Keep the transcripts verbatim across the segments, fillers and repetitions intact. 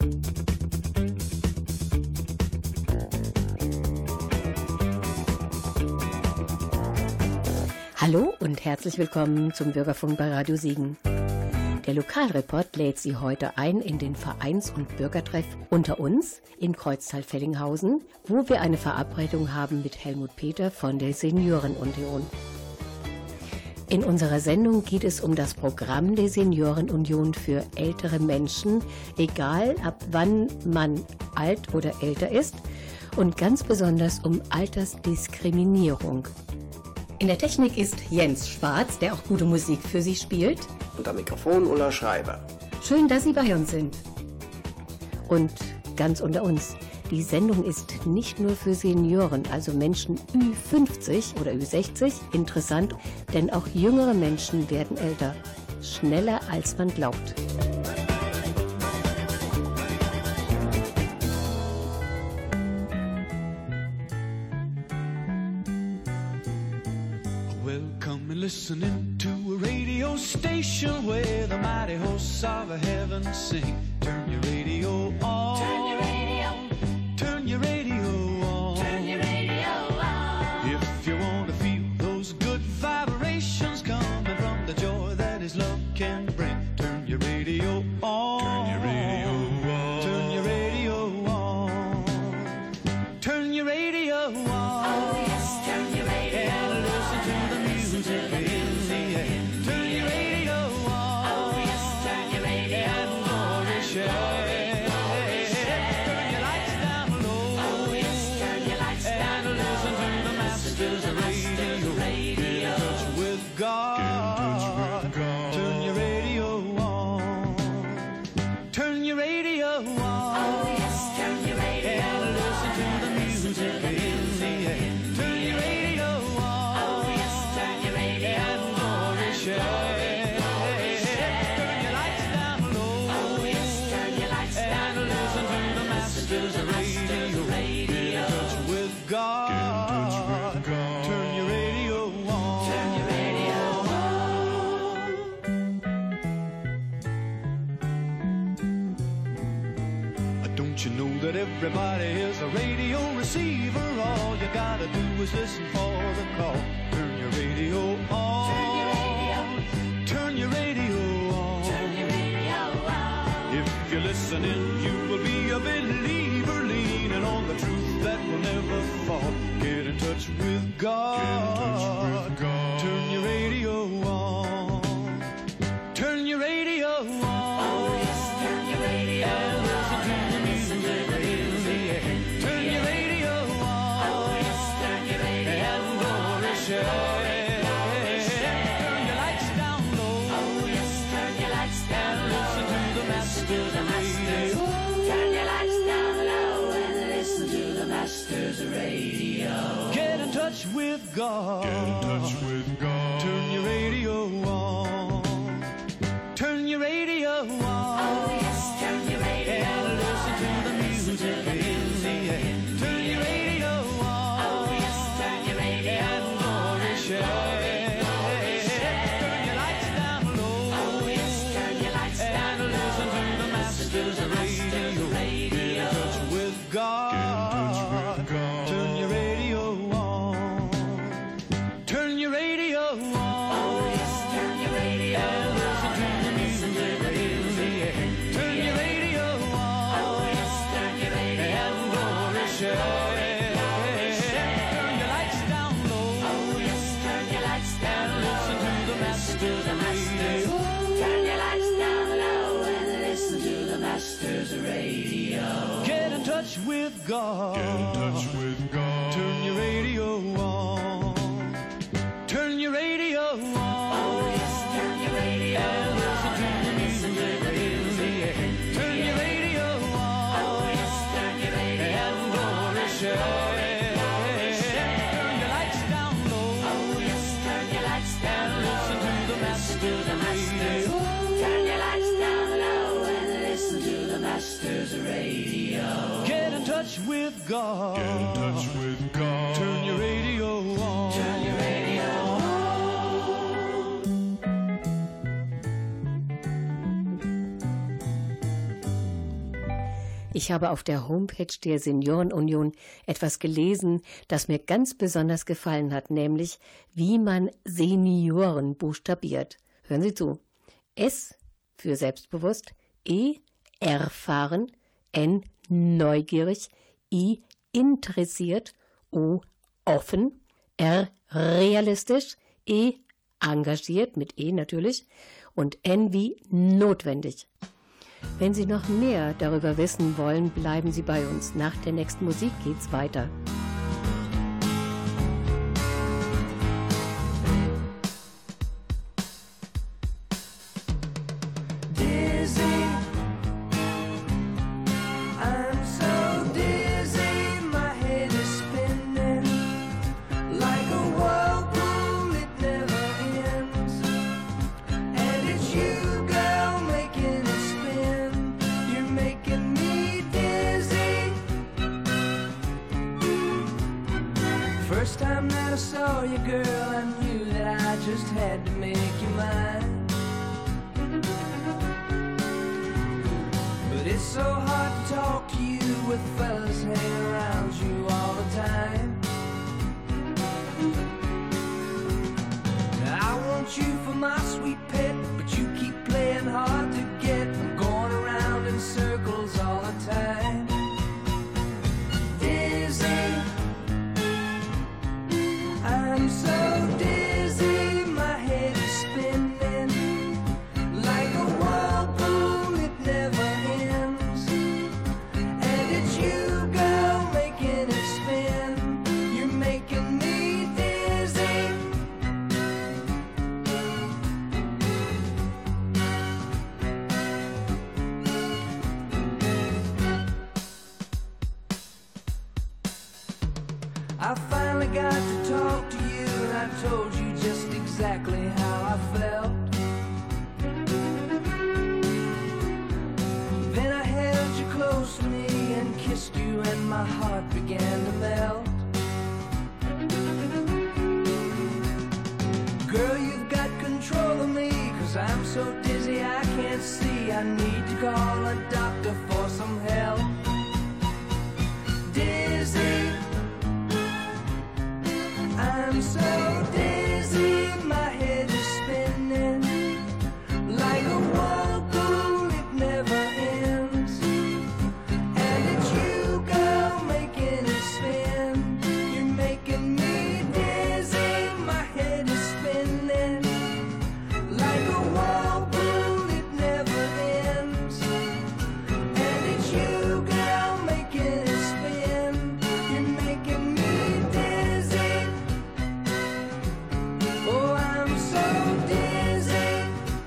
Hallo und herzlich willkommen zum Bürgerfunk bei Radio Siegen. Der Lokalreport lädt Sie heute ein in den Vereins- und Bürgertreff unter uns in Kreuztal-Fellinghausen, wo wir eine Verabredung haben mit Helmut Peter von der Seniorenunion. In unserer Sendung geht es um das Programm der Seniorenunion für ältere Menschen, egal ab wann man alt oder älter ist, und ganz besonders um Altersdiskriminierung. In der Technik ist Jens Schwarz, der auch gute Musik für Sie spielt. Und am Mikrofon Ulla Schreiber. Schön, dass Sie bei uns sind. Und ganz unter uns, die Sendung ist nicht nur für Senioren, also Menschen Ü fünfzig oder Ü sechzig, interessant, denn auch jüngere Menschen werden älter, schneller als man glaubt. Listening to a radio station where the mighty hosts of heaven sing. Turn your radio on. Turn your radio. Turn your radio on. Turn your radio on. If you want to feel those good vibrations coming from the joy that His love can bring, turn your radio on. Turn your radio on. Turn your radio on. Turn your radio on. Oh yes, turn your radio on. And listen to the music. Everybody is a radio receiver. All you gotta do is listen for the call. Turn your radio on. Turn your radio. Turn your radio on. Turn your radio on. If you're listening, you will be a believer, leaning on the truth that will never fall. Get in touch with God. Get in touch with God. Turn your radio on. Turn your radio on. Oh yes, turn your radio on. And listen to the music. Get in touch with God. Get in touch with God. Turn your radio on. Turn your radio on. Oh yes, turn your radio on. And listen to the music in the air. Turn your radio on. Oh yes, turn your radio on. And glory share. Turn your lights down low. Oh yes, turn your lights down low. And listen to the Masters radio. Get in touch with God. With God. Get in touch with God. Turn your radio on. Turn your radio on. Oh yes, turn your radio on. And listen to the music in the air. Turn your radio on. Oh yes, turn your radio on. And glory share. Turn your lights down low. Oh yes, turn your lights down low. And listen to the Masters radio. Turn your lights down low and listen to the Masters radio. Get in touch with God. Get in touch with God. Turn your radio on. Turn your radio on. Ich habe auf der Homepage der Seniorenunion etwas gelesen, das mir ganz besonders gefallen hat, nämlich wie man Senioren buchstabiert. Hören Sie zu. S für selbstbewusst, E erfahren, N neugierig, I interessiert, O offen, R realistisch, E engagiert mit E natürlich und N wie notwendig. Wenn Sie noch mehr darüber wissen wollen, bleiben Sie bei uns. Nach der nächsten Musik geht's weiter. I finally got to talk to you, and I told you just exactly how I felt. Then I held you close to me and kissed you, and my heart began to melt. Girl, you've got control of me, 'cause I'm so dizzy I can't see. I need to call a doctor for some help. Dizzy, I'm so dizzy, my head is spinning like a whirlpool, it never ends. And it's you, girl, making it spin. You're making me dizzy, my head is spinning like a whirlpool, it never ends. And it's you, girl, making it spin. You're making me dizzy. Oh, I'm so dizzy.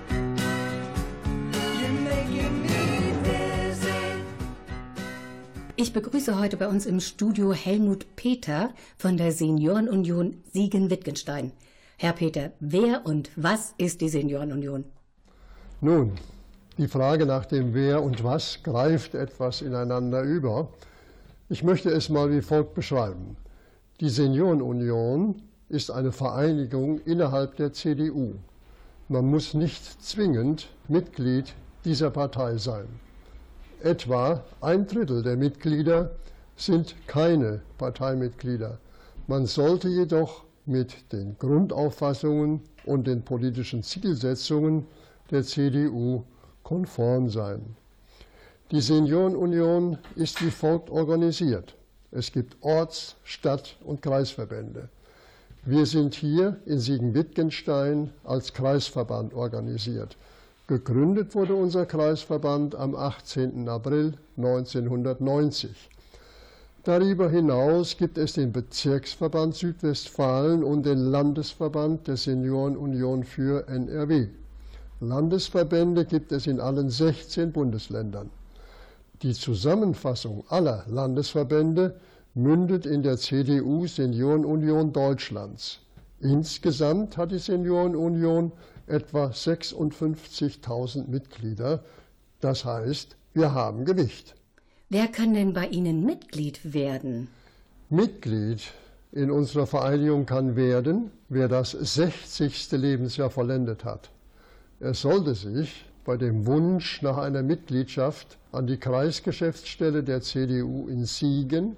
You're making me dizzy. Ich begrüße heute bei uns im Studio Helmut Peter von der Seniorenunion Siegen-Wittgenstein. Herr Peter, wer und was ist die Seniorenunion? Nun, die Frage nach dem Wer und Was greift etwas ineinander über. Ich möchte es mal wie folgt beschreiben. Die Seniorenunion ist eine Vereinigung innerhalb der C D U. Man muss nicht zwingend Mitglied dieser Partei sein. Etwa ein Drittel der Mitglieder sind keine Parteimitglieder. Man sollte jedoch mit den Grundauffassungen und den politischen Zielsetzungen der C D U konform sein. Die Seniorenunion ist wie folgt organisiert. Es gibt Orts-, Stadt- und Kreisverbände. Wir sind hier in Siegen-Wittgenstein als Kreisverband organisiert. Gegründet wurde unser Kreisverband am achtzehnten April neunzehnhundertneunzig. Darüber hinaus gibt es den Bezirksverband Südwestfalen und den Landesverband der Seniorenunion für N R W. Landesverbände gibt es in allen sechzehn Bundesländern. Die Zusammenfassung aller Landesverbände mündet in der C D U Seniorenunion Deutschlands. Insgesamt hat die Seniorenunion etwa sechsundfünfzigtausend Mitglieder. Das heißt, wir haben Gewicht. Wer kann denn bei Ihnen Mitglied werden? Mitglied in unserer Vereinigung kann werden, wer das sechzigste Lebensjahr vollendet hat. Er sollte sich bei dem Wunsch nach einer Mitgliedschaft an die Kreisgeschäftsstelle der C D U in Siegen,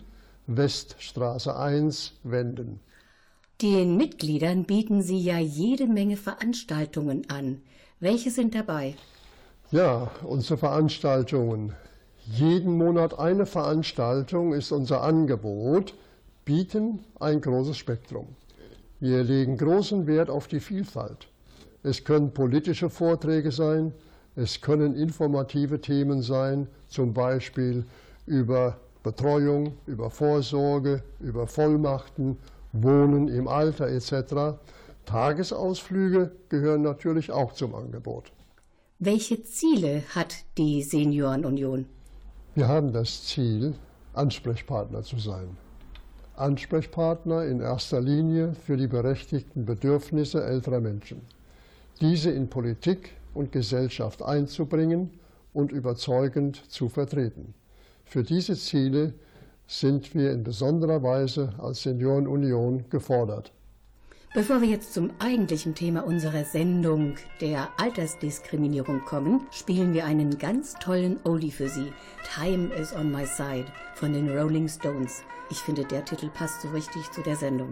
Weststraße eins, wenden. Den Mitgliedern bieten Sie ja jede Menge Veranstaltungen an. Welche sind dabei? Ja, unsere Veranstaltungen. Jeden Monat eine Veranstaltung ist unser Angebot, bieten ein großes Spektrum. Wir legen großen Wert auf die Vielfalt. Es können politische Vorträge sein, es können informative Themen sein, zum Beispiel über Betreuung, über Vorsorge, über Vollmachten, Wohnen im Alter et cetera. Tagesausflüge gehören natürlich auch zum Angebot. Welche Ziele hat die Seniorenunion? Wir haben das Ziel, Ansprechpartner zu sein. Ansprechpartner in erster Linie für die berechtigten Bedürfnisse älterer Menschen. Diese in Politik und Gesellschaft einzubringen und überzeugend zu vertreten. Für diese Ziele sind wir in besonderer Weise als Seniorenunion gefordert. Bevor wir jetzt zum eigentlichen Thema unserer Sendung, der Altersdiskriminierung, kommen, spielen wir einen ganz tollen Oldie für Sie. Time is on my side von den Rolling Stones. Ich finde, der Titel passt so richtig zu der Sendung.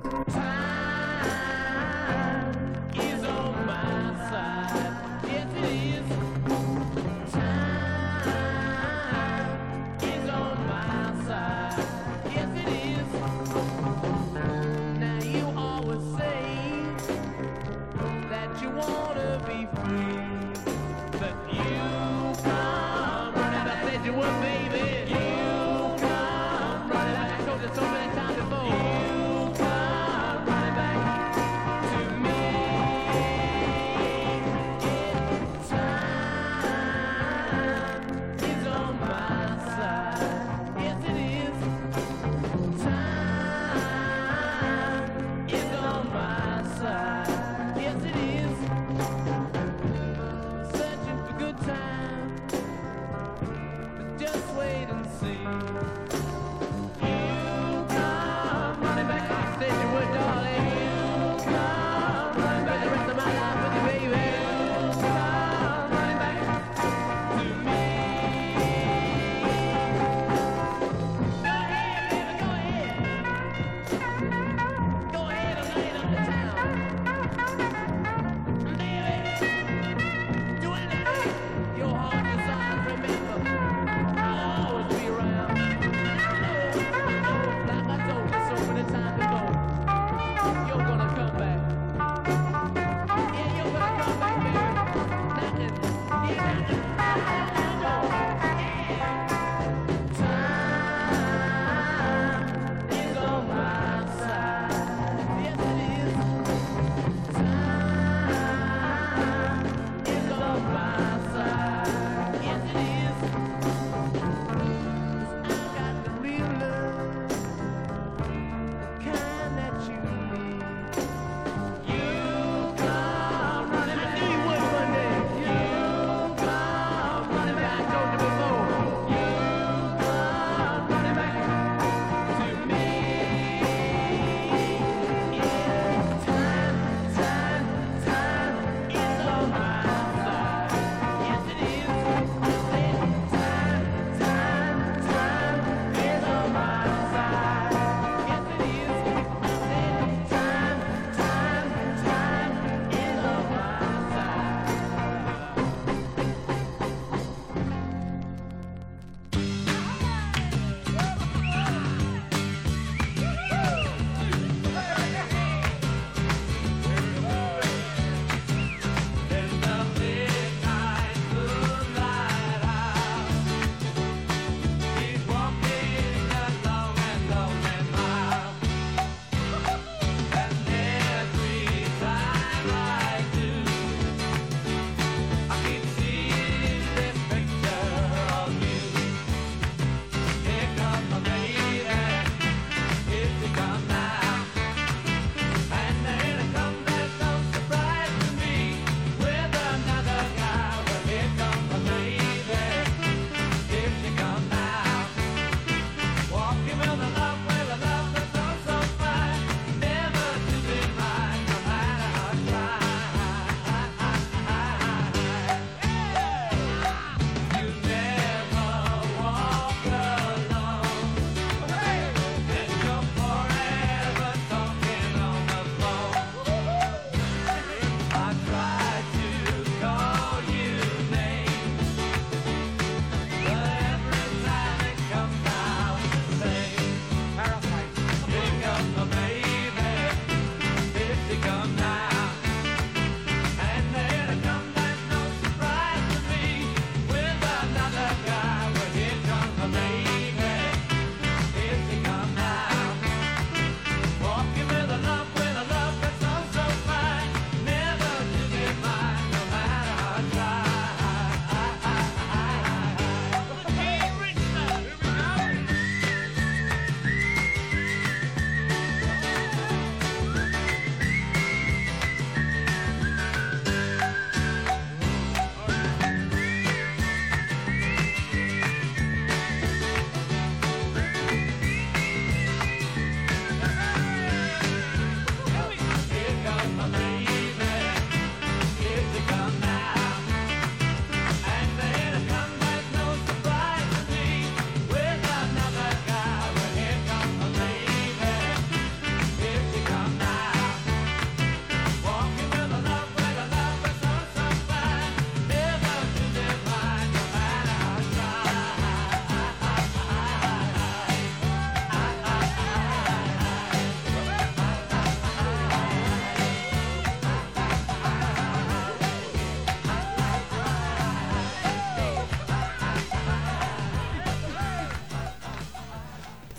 Your heart desires, remember, I'll always be around.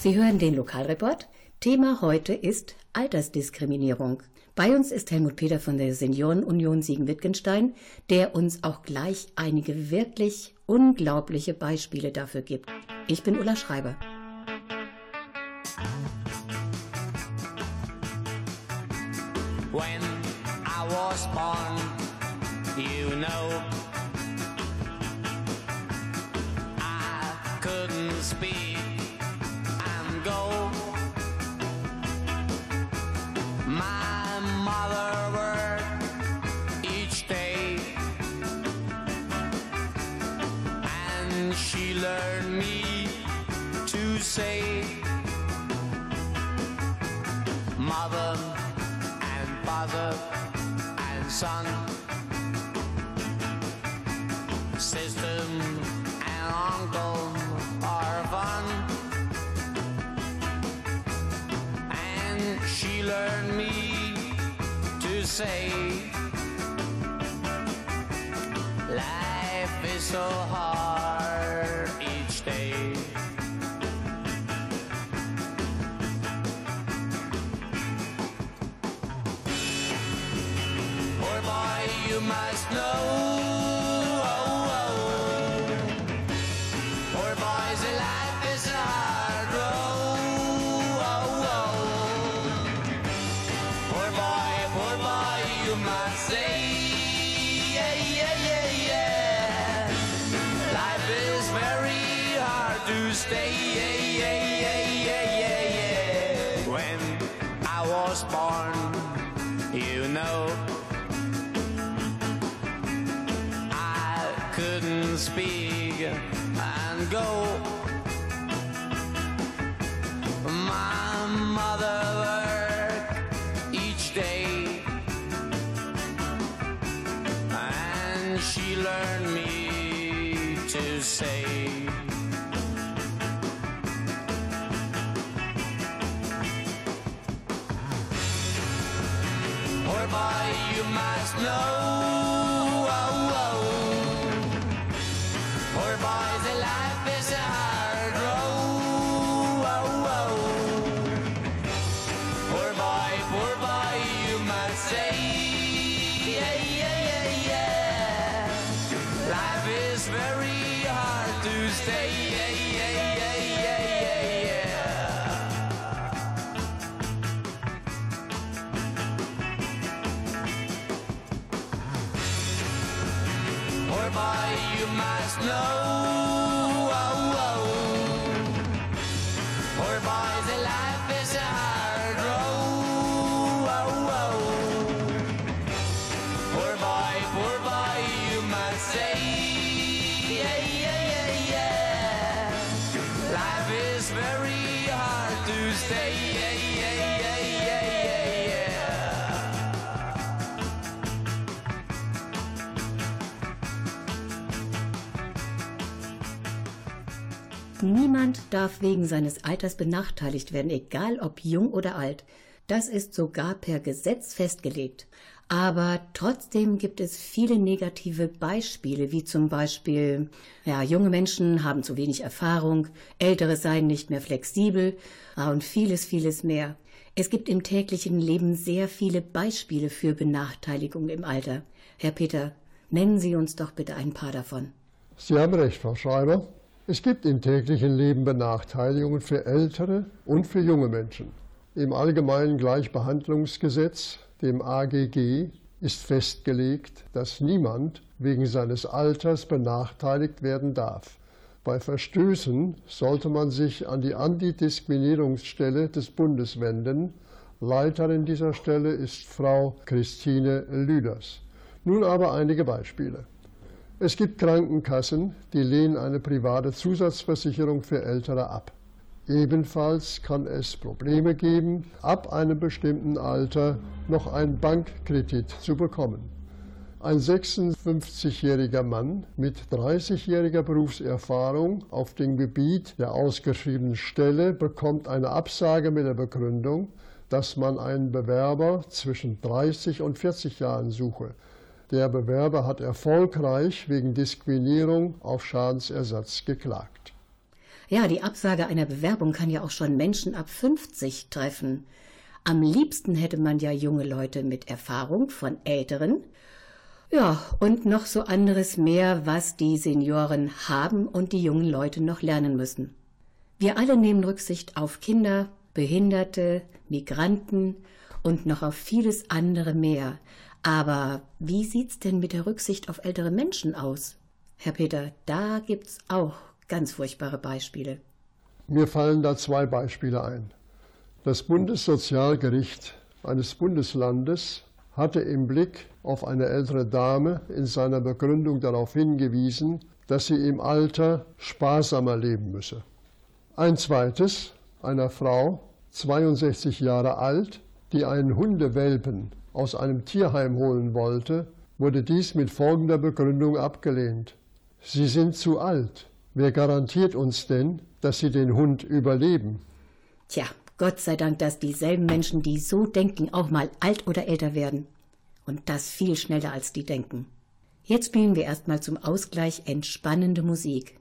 Sie hören den Lokalreport. Thema heute ist Altersdiskriminierung. Bei uns ist Helmut Peter von der Seniorenunion Siegen-Wittgenstein, der uns auch gleich einige wirklich unglaubliche Beispiele dafür gibt. Ich bin Ulla Schreiber. When I was born, you know, I couldn't speak and go. My mother worked each day, and she learned me to say, mother and father and son, sister and uncle are fun. And she learned me to say, life is so hard each day. Boy, boy, you must know. Stay, yeah, yeah, yeah, yeah, yeah, yeah. When I was born, you know, I couldn't speak and go. My mother worked each day, and she learned me to say, boy, you must know. Oh, oh. Poor boys, their life is a hard road. Oh, oh. Poor boy, poor boy, you must say, yeah, yeah, yeah, yeah. Life is very hard to stay. Yeah, yeah, yeah, yeah, yeah, yeah. Poor boy, you must know. Oh, oh. Poor boys, their life is a hard road. Oh, oh. Poor boy, poor boy, you must say, yeah, yeah, yeah, yeah. Life is very hard to stay. Yeah, yeah, yeah, yeah, yeah, yeah. Niemand darf wegen seines Alters benachteiligt werden, egal ob jung oder alt. Das ist sogar per Gesetz festgelegt. Aber trotzdem gibt es viele negative Beispiele, wie zum Beispiel, ja, junge Menschen haben zu wenig Erfahrung, Ältere seien nicht mehr flexibel und vieles, vieles mehr. Es gibt im täglichen Leben sehr viele Beispiele für Benachteiligung im Alter. Herr Peter, nennen Sie uns doch bitte ein paar davon. Sie haben recht, Frau Schreiber. Es gibt im täglichen Leben Benachteiligungen für ältere und für junge Menschen. Im Allgemeinen Gleichbehandlungsgesetz, dem A G G, ist festgelegt, dass niemand wegen seines Alters benachteiligt werden darf. Bei Verstößen sollte man sich an die Antidiskriminierungsstelle des Bundes wenden. Leiterin dieser Stelle ist Frau Christine Lüders. Nun aber einige Beispiele. Es gibt Krankenkassen, die lehnen eine private Zusatzversicherung für Ältere ab. Ebenfalls kann es Probleme geben, ab einem bestimmten Alter noch einen Bankkredit zu bekommen. Ein sechsundfünfzigjähriger Mann mit dreißigjähriger Berufserfahrung auf dem Gebiet der ausgeschriebenen Stelle bekommt eine Absage mit der Begründung, dass man einen Bewerber zwischen dreißig und vierzig Jahren suche. Der Bewerber hat erfolgreich wegen Diskriminierung auf Schadensersatz geklagt. Ja, die Absage einer Bewerbung kann ja auch schon Menschen ab fünfzig treffen. Am liebsten hätte man ja junge Leute mit Erfahrung von Älteren. Ja, und noch so anderes mehr, was die Senioren haben und die jungen Leute noch lernen müssen. Wir alle nehmen Rücksicht auf Kinder, Behinderte, Migranten und noch auf vieles andere mehr. Aber wie sieht's denn mit der Rücksicht auf ältere Menschen aus? Herr Peter, da gibt's auch ganz furchtbare Beispiele. Mir fallen da zwei Beispiele ein. Das Bundessozialgericht eines Bundeslandes hatte im Blick auf eine ältere Dame in seiner Begründung darauf hingewiesen, dass sie im Alter sparsamer leben müsse. Ein zweites, einer Frau, zweiundsechzig Jahre alt, die einen Hundewelpen aus einem Tierheim holen wollte, wurde dies mit folgender Begründung abgelehnt. Sie sind zu alt. Wer garantiert uns denn, dass sie den Hund überleben? Tja, Gott sei Dank, dass dieselben Menschen, die so denken, auch mal alt oder älter werden. Und das viel schneller, als die denken. Jetzt spielen wir erstmal zum Ausgleich entspannende Musik.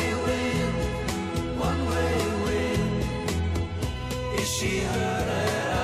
She heard it.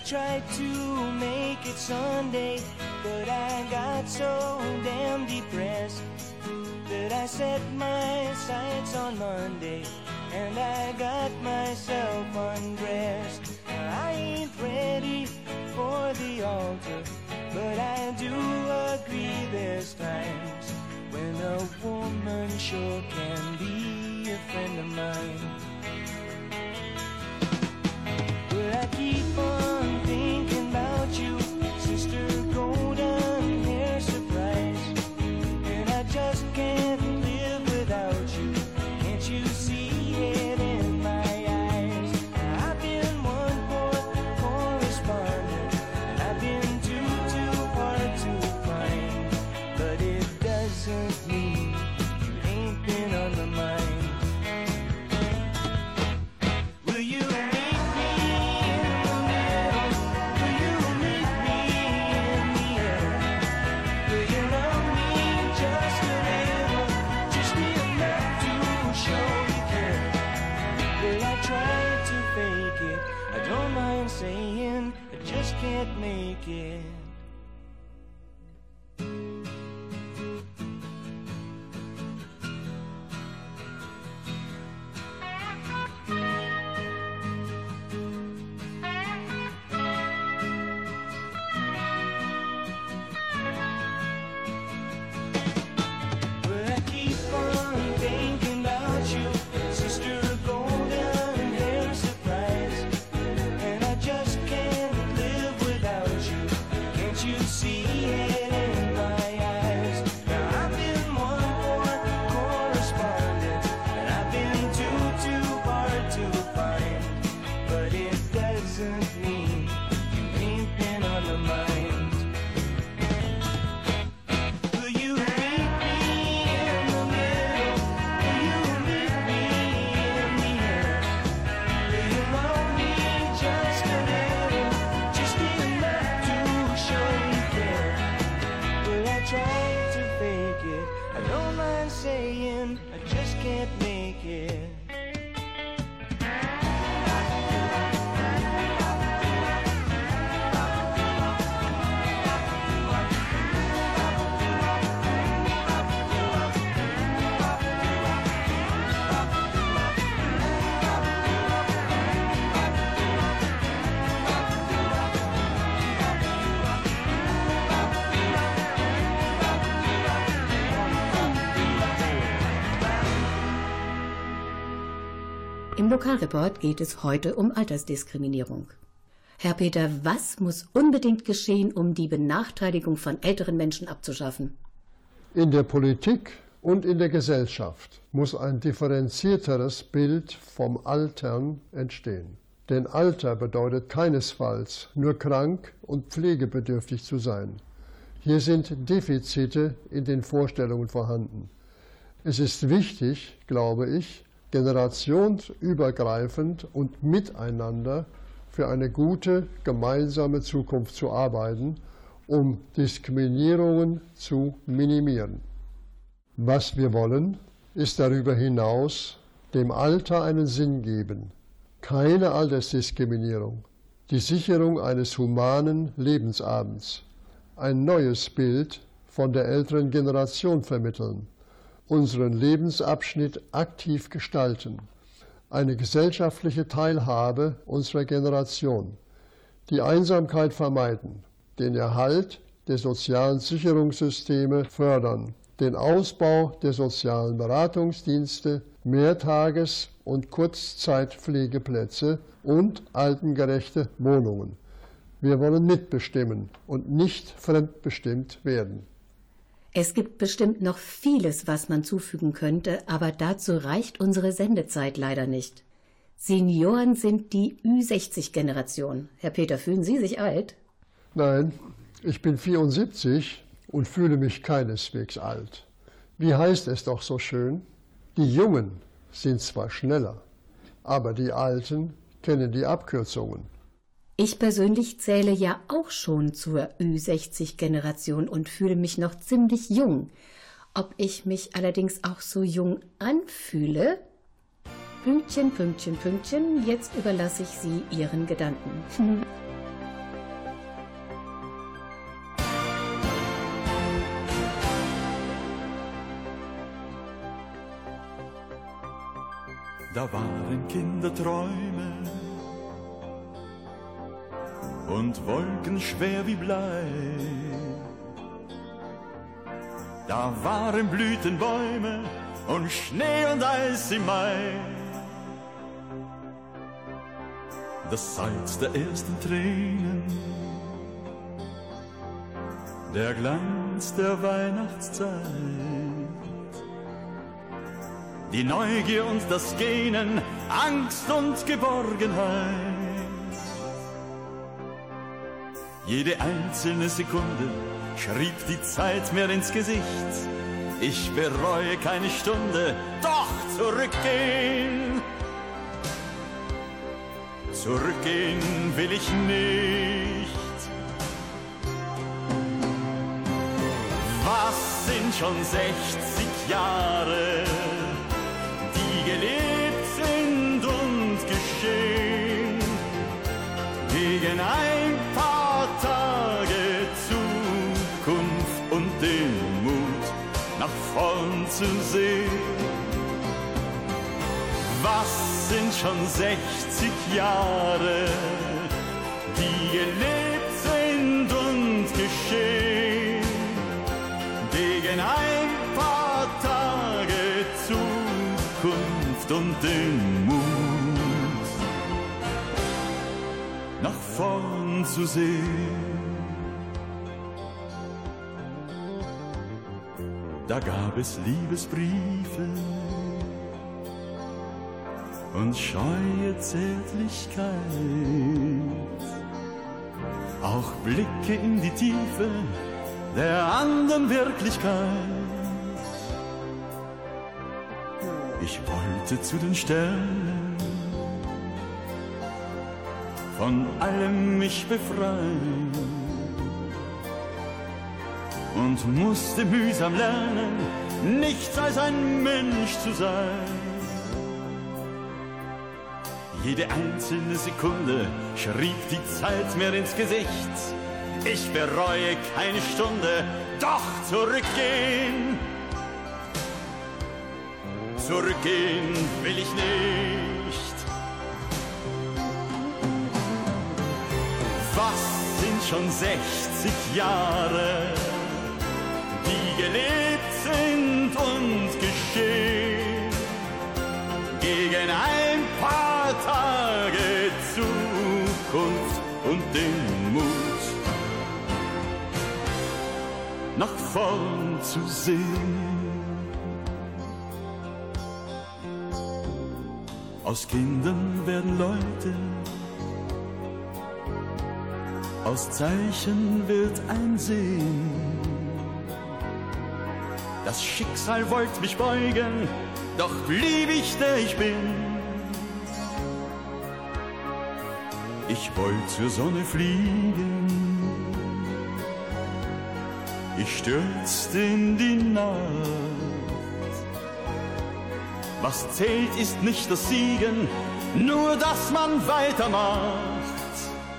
tried to make it Sunday, but I got so damn depressed that I set my sights on Monday, and I got myself undressed. I ain't ready for the altar, but I do agree there's times when a woman sure can be a friend of mine. But I keep on thinking about you, Sister Golden Hair Surprise, and I just can't live without you. Can't you see it in my eyes? I've been one poor correspondent, and I've been too, too hard to find, but it doesn't mean you ain't been on my mind. Will you meet me in the middle? Will you meet me in the air? Will you love me just a little, just enough to show you care? Will I try to fake it? I don't mind saying I just can't make it. But I keep on thinking about you, Sister Golden Hair Surprise, and I just can't live without you. Can't you see it in my eyes? Now I've been one poor correspondent, and I've been too, too hard to find, but it doesn't mean you ain't been on my mind. Will you meet me in the middle? Will you meet me in the air? Will you love me just a little, just enough to show you care? Will I try to fake it? I don't mind saying I just can't make it. Im Lokalreport geht es heute um Altersdiskriminierung. Herr Peter, was muss unbedingt geschehen, um die Benachteiligung von älteren Menschen abzuschaffen? In der Politik und in der Gesellschaft muss ein differenzierteres Bild vom Altern entstehen. Denn Alter bedeutet keinesfalls nur krank und pflegebedürftig zu sein. Hier sind Defizite in den Vorstellungen vorhanden. Es ist wichtig, glaube ich, generationsübergreifend und miteinander für eine gute gemeinsame Zukunft zu arbeiten, um Diskriminierungen zu minimieren. Was wir wollen, ist darüber hinaus dem Alter einen Sinn geben. Keine Altersdiskriminierung, die Sicherung eines humanen Lebensabends, ein neues Bild von der älteren Generation vermitteln, unseren Lebensabschnitt aktiv gestalten, eine gesellschaftliche Teilhabe unserer Generation, die Einsamkeit vermeiden, den Erhalt der sozialen Sicherungssysteme fördern, den Ausbau der sozialen Beratungsdienste, Mehrtages- und Kurzzeitpflegeplätze und altengerechte Wohnungen. Wir wollen mitbestimmen und nicht fremdbestimmt werden. Es gibt bestimmt noch vieles, was man zufügen könnte, aber dazu reicht unsere Sendezeit leider nicht. Senioren sind die Ü sechzig Generation. Herr Peter, fühlen Sie sich alt? Nein, ich bin vierundsiebzig und fühle mich keineswegs alt. Wie heißt es doch so schön? Die Jungen sind zwar schneller, aber die Alten kennen die Abkürzungen. Ich persönlich zähle ja auch schon zur Ü sechzig Generation und fühle mich noch ziemlich jung. Ob ich mich allerdings auch so jung anfühle? Pünktchen, Pünktchen, Pünktchen, jetzt überlasse ich Sie Ihren Gedanken. Da waren Kinderträume und Wolken schwer wie Blei. Da waren Blütenbäume und Schnee und Eis im Mai. Das Salz der ersten Tränen, der Glanz der Weihnachtszeit, die Neugier und das Gähnen, Angst und Geborgenheit. Jede einzelne Sekunde schrieb die Zeit mir ins Gesicht. Ich bereue keine Stunde, doch zurückgehen. Zurückgehen will ich nicht. Was sind schon sechzig Jahre, die gelebt sind und geschehen, gegen ein paar Tage Zukunft und den Mut nach vorn zu sehen. Was sind schon sechzig Jahre, die gelebt sind und geschehen, gegen ein paar Tage Zukunft und den Mut nach vorn zu sehen. Da gab es Liebesbriefe und scheue Zärtlichkeit, auch Blicke in die Tiefe der anderen Wirklichkeit. Ich wollte zu den Sternen, von allem mich befreien, und musste mühsam lernen, nichts als ein Mensch zu sein. Jede einzelne Sekunde schrieb die Zeit mir ins Gesicht. Ich bereue keine Stunde, doch zurückgehen. Zurückgehen will ich nicht. Was sind schon sechzig Jahre, die gelebt sind und geschehen, gegen ein paar Tage Zukunft und den Mut nach vorn zu sehen. Aus Kindern werden Leute, aus Zeichen wird ein Sehen. Das Schicksal wollte mich beugen, doch blieb ich, der ich bin. Ich wollte zur Sonne fliegen, ich stürzte in die Nacht. Was zählt, ist nicht das Siegen, nur dass man weitermacht.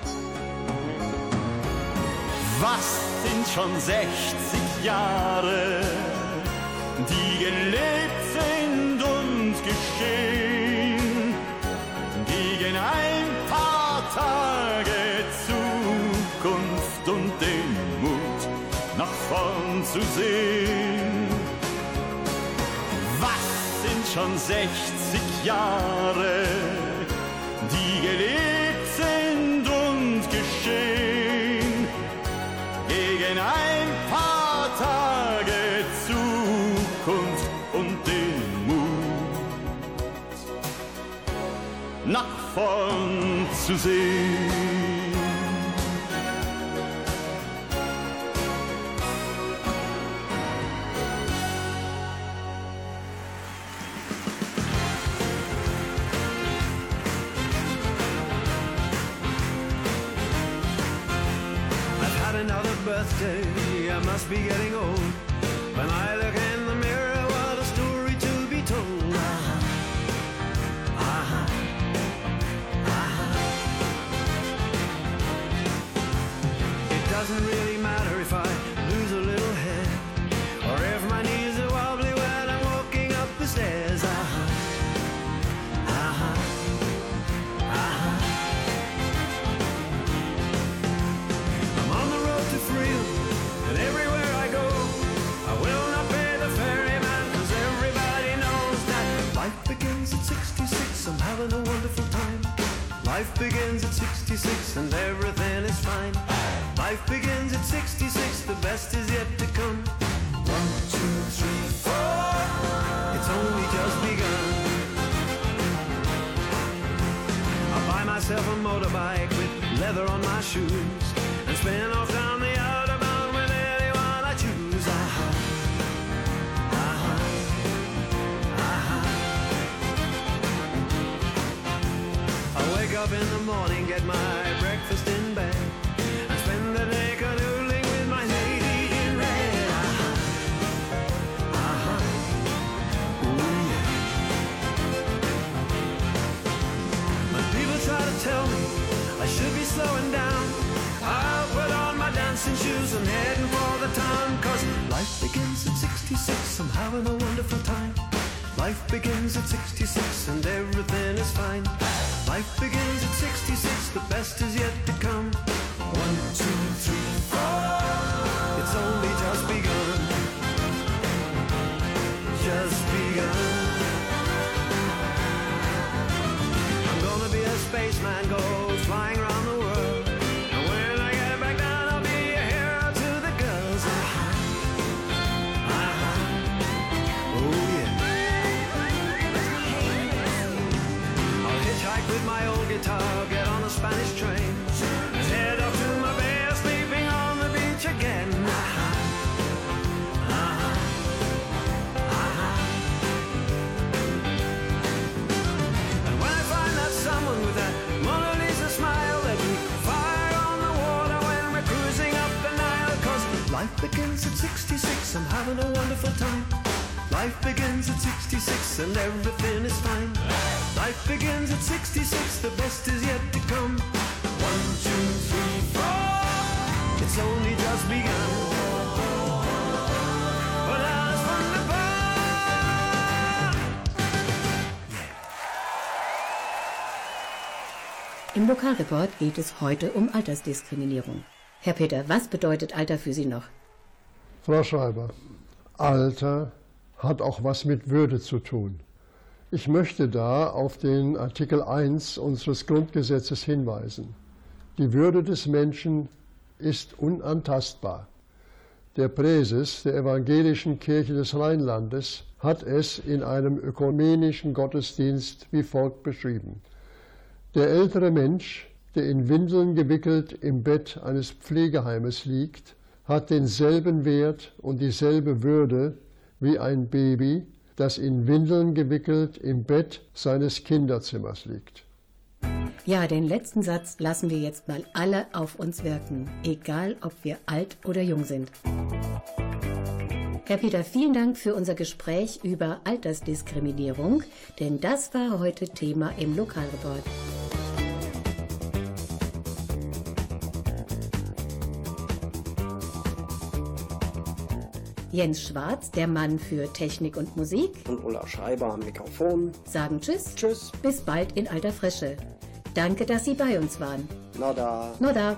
Was sind schon sechzig Jahre, die gelebt sind und geschehen, gegen ein paar Tage Zukunft und den Mut nach vorn zu sehen. Was sind schon sechzig Jahre, die gelebt sind und geschehen, gegen ein paar Tage Zukunft und den Mut nach vorn zu sehen. Birthday, I must be getting old. When I look in the mirror, what a story to be told. Uh-huh. Uh-huh. Uh-huh. It doesn't really matter if I lose a little hair, or if my knees are wobbly when I'm walking up the stairs. Uh-huh. leather on my shoes and spin off down the Autobahn with anyone I choose. Aha, aha, aha. I wake up in the morning, get my breakfast in bed, and spend the day canoodling with my lady in red. Aha, aha, ooh yeah. When people try to tell me I should be slowing down, I'll put on my dancing shoes and heading for the town. Cause life begins at sixty-six, I'm having a wonderful time. Life begins at sixty-six and everything is fine. Life begins at sixty-six, the best is yet to come. One, two, three, four, it's only just begun. Just begun. I'm gonna be a spaceman, go flying around the world. And when I get back down, I'll be a hero to the girls. Aha, aha, oh yeah. I'll hitchhike with my old guitar, get on a Spanish train, and head up to my bay, sleeping on the beach again. Aha, aha, aha. And when I find that someone with that Mona Lisa smile, let me fire on the water when we're cruising up the Nile. Cause life begins at sixty-six, I'm having a wonderful time. Life begins at sixty-six and everything is fine. Life begins at sixty-six, the best is yet to come. One, two, three, four, it's only just begun. But now it's wonderful. Im Lokalreport geht es heute um Altersdiskriminierung. Herr Peter, was bedeutet Alter für Sie noch? Frau Schreiber, Alter hat auch was mit Würde zu tun. Ich möchte da auf den Artikel eins unseres Grundgesetzes hinweisen. Die Würde des Menschen ist unantastbar. Der Präses der Evangelischen Kirche des Rheinlandes hat es in einem ökumenischen Gottesdienst wie folgt beschrieben. Der ältere Mensch, der in Windeln gewickelt im Bett eines Pflegeheimes liegt, hat denselben Wert und dieselbe Würde wie ein Baby, das in Windeln gewickelt im Bett seines Kinderzimmers liegt. Ja, den letzten Satz lassen wir jetzt mal alle auf uns wirken, egal ob wir alt oder jung sind. Herr Peter, vielen Dank für unser Gespräch über Altersdiskriminierung, denn das war heute Thema im Lokalreport. Jens Schwarz, der Mann für Technik und Musik, Und Ulla Schreiber am Mikrofon. sagen Tschüss. Tschüss. Bis bald in alter Frische. Danke, dass Sie bei uns waren. Na da. Nur da.